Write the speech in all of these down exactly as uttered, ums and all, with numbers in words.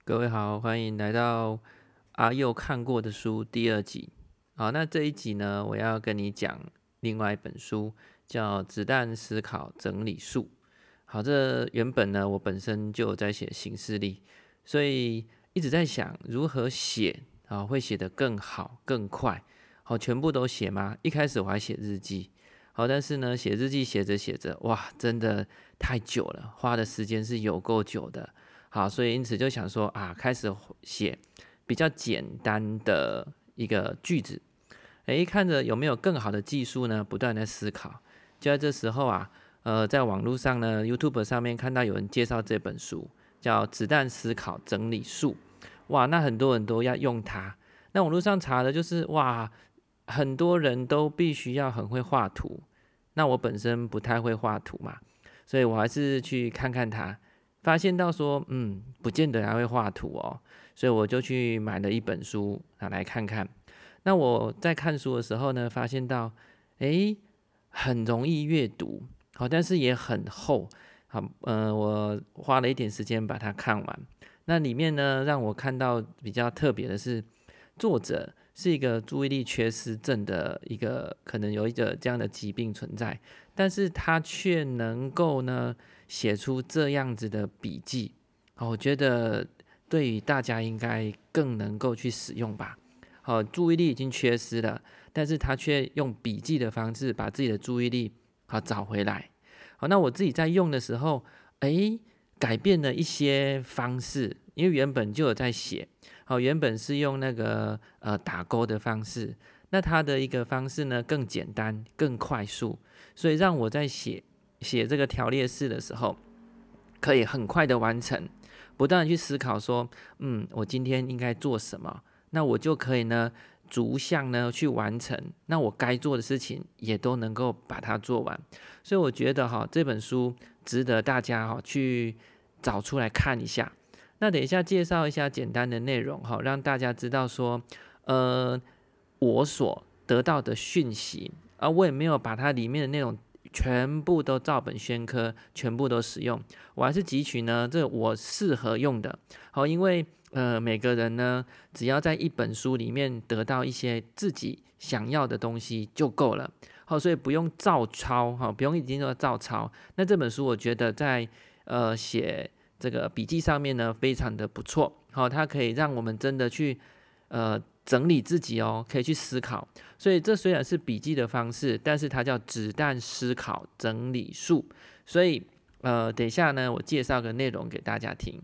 各位好，欢迎来到阿佑看过的书第二集。好，那这一集呢，我要跟你讲另外一本书，叫《子弹思考整理术》。好，这原本呢，我本身就有在写行事历，所以一直在想如何写啊，会写得更好、更快。好，全部都写吗？一开始我还写日记，好，但是呢，写日记写着写着，哇，真的太久了，花的时间是有够久的。好，所以因此就想说啊，开始写比较简单的一个句子，诶，看着有没有更好的技术呢？不断的思考。就在这时候啊，呃，在网络上呢，YouTube 上面看到有人介绍这本书，叫《子弹思考整理术》。哇，那很多人都要用它。那网络上查的就是哇，很多人都必须要很会画图。那我本身不太会画图嘛，所以我还是去看看它。发现到说，嗯，不见得还会画图哦，所以我就去买了一本书拿来看看。那我在看书的时候呢，发现到，诶，很容易阅读，好，但是也很厚，好，呃，我花了一点时间把它看完。那里面呢，让我看到比较特别的是，作者是一个注意力缺失症的一个，可能有一个这样的疾病存在，但是他却能够呢写出这样子的笔记，哦，我觉得对于大家应该更能够去使用吧。好，注意力已经缺失了，但是他却用笔记的方式把自己的注意力好找回来。好，那我自己在用的时候，诶，改变了一些方式，因为原本就有在写，好，原本是用那个呃打勾的方式，那它的一个方式呢更简单、更快速，所以让我在写写这个条列式的时候，可以很快的完成，不断的去思考说，嗯，我今天应该做什么，那我就可以呢逐项呢去完成，那我该做的事情也都能够把它做完，所以我觉得哈这本书值得大家哈去找出来看一下。那等一下介绍一下简单的内容哈，让大家知道说，呃，我所得到的讯息，而我也没有把它里面的内容全部都照本宣科，全部都使用，我还是汲取呢这我适合用的。好，因为呃每个人呢，只要在一本书里面得到一些自己想要的东西就够了。好，所以不用照抄哈，不用一定要照抄。那这本书我觉得在呃写这个笔记上面呢，非常的不错。好，它可以让我们真的去呃整理自己哦，可以去思考。所以这虽然是笔记的方式，但是它叫子弹思考整理术。所以呃，等一下呢，我介绍个内容给大家听。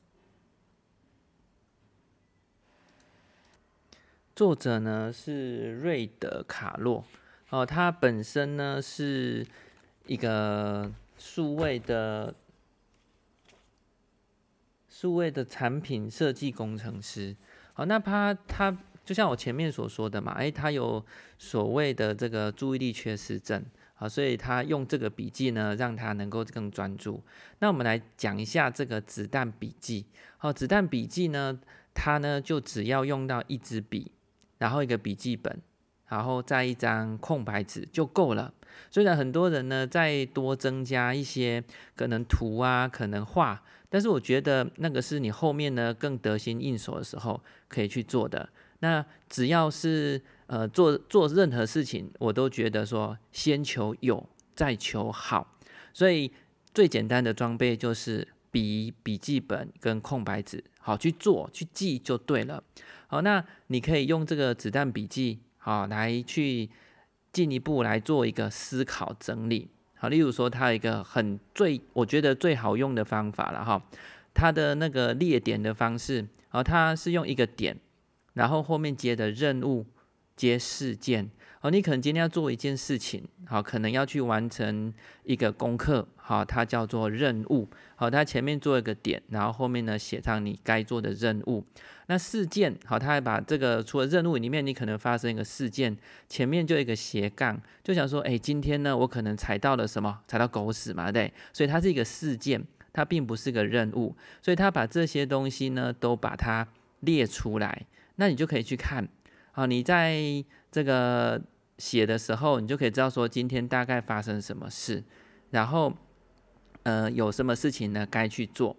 作者呢是瑞德卡洛，哦，他本身呢是一个数位的数位的产品设计工程师。好，那他他就像我前面所说的嘛，哎，他有所谓的这个注意力缺失症，好，所以他用这个笔记呢，让他能够更专注。那我们来讲一下这个子弹笔记。好，子弹笔记呢，它呢就只要用到一支笔，然后一个笔记本，然后再一张空白纸就够了。虽然很多人呢再多增加一些可能图啊，可能画，但是我觉得那个是你后面呢更得心应手的时候可以去做的。那只要是呃做做任何事情，我都觉得说先求有，再求好。所以最简单的装备就是笔、笔记本跟空白纸，好去做去记就对了。好，那你可以用这个子弹笔记，好来去进一步来做一个思考整理。好，例如说，它有一个很最我觉得最好用的方法了哈，它的那个列点的方式，好，它是用一个点，然后后面接的任务接事件。好，你可能今天要做一件事情，好，可能要去完成一个功课，好，它叫做任务。好，它前面做一个点，然后后面呢写上你该做的任务。那事件，好，它还把这个除了任务里面你可能发生一个事件，前面就有一个斜杠，就想说，哎，今天呢我可能踩到了什么，踩到狗屎嘛，对，所以它是一个事件，它并不是个任务，所以它把这些东西呢都把它列出来，那你就可以去看，好，你在这个写的时候，你就可以知道说今天大概发生什么事，然后呃有什么事情呢该去做。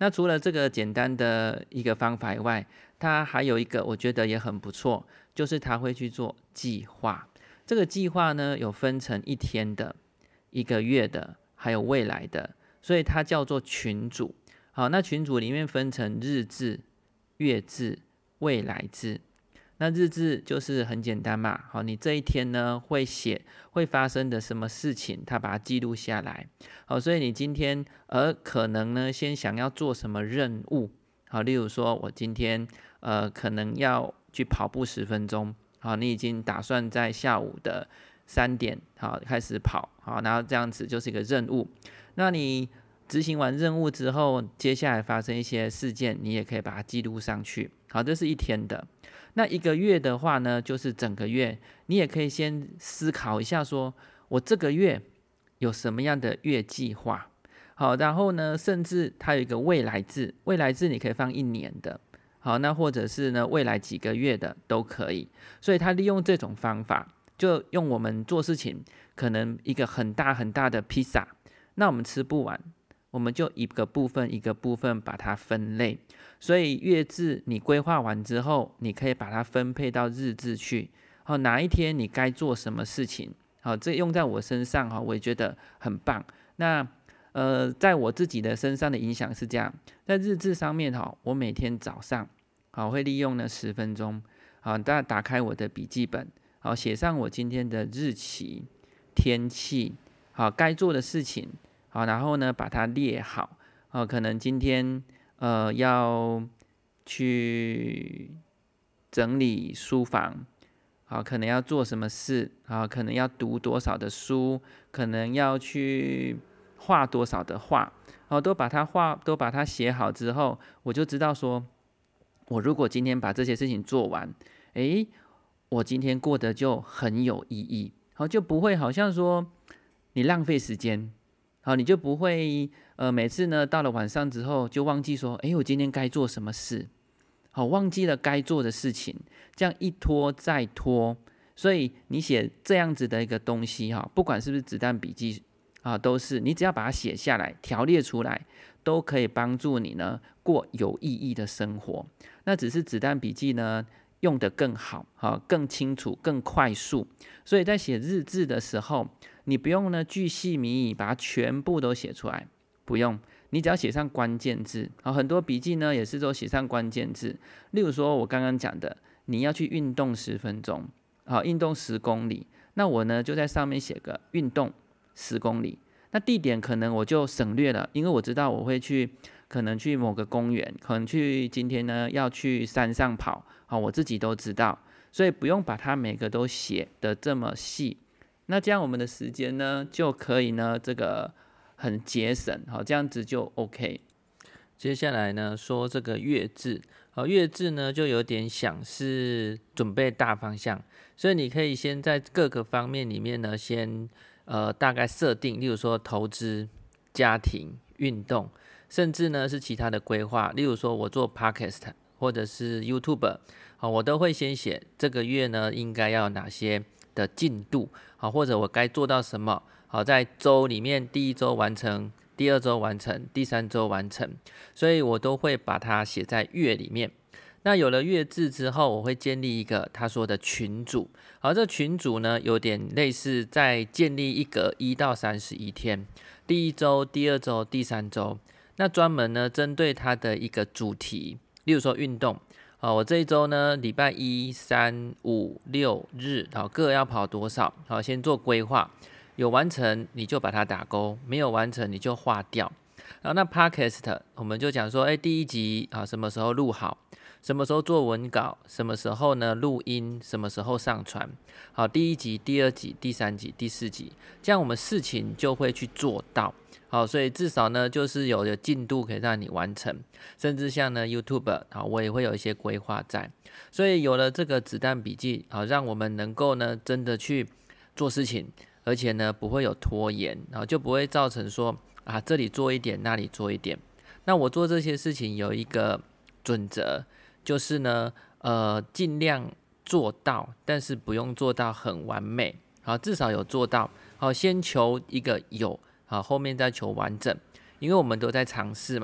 那除了这个简单的一个方法以外，它还有一个我觉得也很不错，就是它会去做计划。这个计划呢有分成一天的、一个月的，还有未来的，所以它叫做群组。好，那群组里面分成日志、月志、未来志。那日志就是很简单嘛，好，你这一天呢会写会发生的什么事情，它把它记录下来。好，所以你今天呃可能呢先想要做什么任务，好，例如说我今天呃可能要去跑步十分钟，好，你已经打算在下午的三点好开始跑，好，然后这样子就是一个任务。那你执行完任务之后，接下来发生一些事件，你也可以把它记录上去。好，这是一天的。那一个月的话呢，就是整个月，你也可以先思考一下说，我这个月有什么样的月计划。好，然后呢，甚至它有一个未来制，未来制你可以放一年的，好，那或者是呢未来几个月的都可以。所以他利用这种方法，就用我们做事情，可能一个很大很大的披萨，那我们吃不完，我们就一个部分一个部分把它分类。所以月制你规划完之后，你可以把它分配到日志去。好，哪一天你该做什么事情？好，这用在我身上哈，我也觉得很棒。那呃，在我自己的身上的影响是这样，在日志上面哈，我每天早上好会利用呢十分钟，好，大家打开我的笔记本，好写上我今天的日期、天气，好该做的事情，好，然后呢把它列好，好，可能今天。呃，要去整理书房，好，可能要做什么事，好，可能要读多少的书，可能要去画多少的画，好，都把它画，都把它写好之后，我就知道说，我如果今天把这些事情做完，诶，我今天过得就很有意义，好，就不会好像说你浪费时间。好，你就不会呃每次呢到了晚上之后就忘记说，哎，我今天该做什么事，好，忘记了该做的事情，这样一拖再拖，所以你写这样子的一个东西哈，不管是不是子弹笔记啊，都是你只要把它写下来，条列出来，都可以帮助你呢过有意义的生活。那只是子弹笔记呢用得更好，好，更清楚，更快速，所以在写日志的时候。你不用呢巨细靡遗把它全部都写出来，不用，你只要写上关键字。好，很多笔记呢也是都写上关键字。例如说我刚刚讲的，你要去运动十分钟，好，运动十公里，那我呢就在上面写个运动十公里。那地点可能我就省略了，因为我知道我会去，可能去某个公园，可能去今天呢要去山上跑，好，我自己都知道，所以不用把它每个都写得这么细。那这样我们的时间呢就可以呢这个很节省，好，这样子就 OK。接下来呢说这个月制，好，月制呢就有点像是准备大方向，所以你可以先在各个方面里面呢先呃大概设定，例如说投资、家庭、运动，甚至呢是其他的规划，例如说我做 Podcast 或者是 YouTube， 好，我都会先写这个月呢应该要有哪些的进度，好，或者我该做到什么，好，在周里面第一周完成，第二周完成，第三周完成，所以我都会把它写在月里面。那有了月制之后，我会建立一个他说的群组，好，这群组呢有点类似在建立一个一到三十一天，第一周、第二周、第三周，那专门呢针对它的一个主题，例如说运动。好，我这一周呢，礼拜一、三、五、六日，好，各要跑多少？好，先做规划，有完成你就把它打勾，没有完成你就划掉。然后那 Podcast 我们就讲说，哎，第一集啊，什么时候录好？什么时候做文稿？什么时候呢录音？什么时候上传？好，第一集、第二集、第三集、第四集，这样我们事情就会去做到。好，所以至少呢，就是有的进度可以让你完成，甚至像呢 YouTube， 好，我也会有一些规划在。所以有了这个子弹笔记，好，让我们能够呢真的去做事情，而且呢不会有拖延，然后就不会造成说啊这里做一点，那里做一点。那我做这些事情有一个准则，就是呢，呃，尽量做到，但是不用做到很完美，好，至少有做到，好，先求一个有。好，后面再求完整，因为我们都在尝试嘛。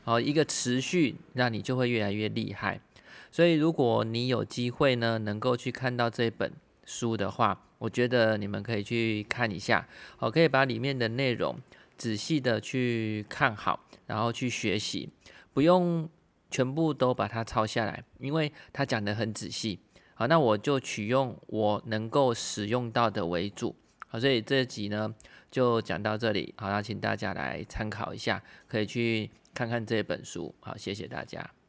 好，一个持续，那你就会越来越厉害。所以如果你有机会呢，能够去看到这本书的话，我觉得你们可以去看一下，好，可以把里面的内容仔细的去看好，然后去学习，不用全部都把它抄下来，因为他讲得很仔细。好，那我就取用我能够使用到的为主。好，所以这集呢就讲到这里。好，那请大家来参考一下，可以去看看这本书。好，谢谢大家。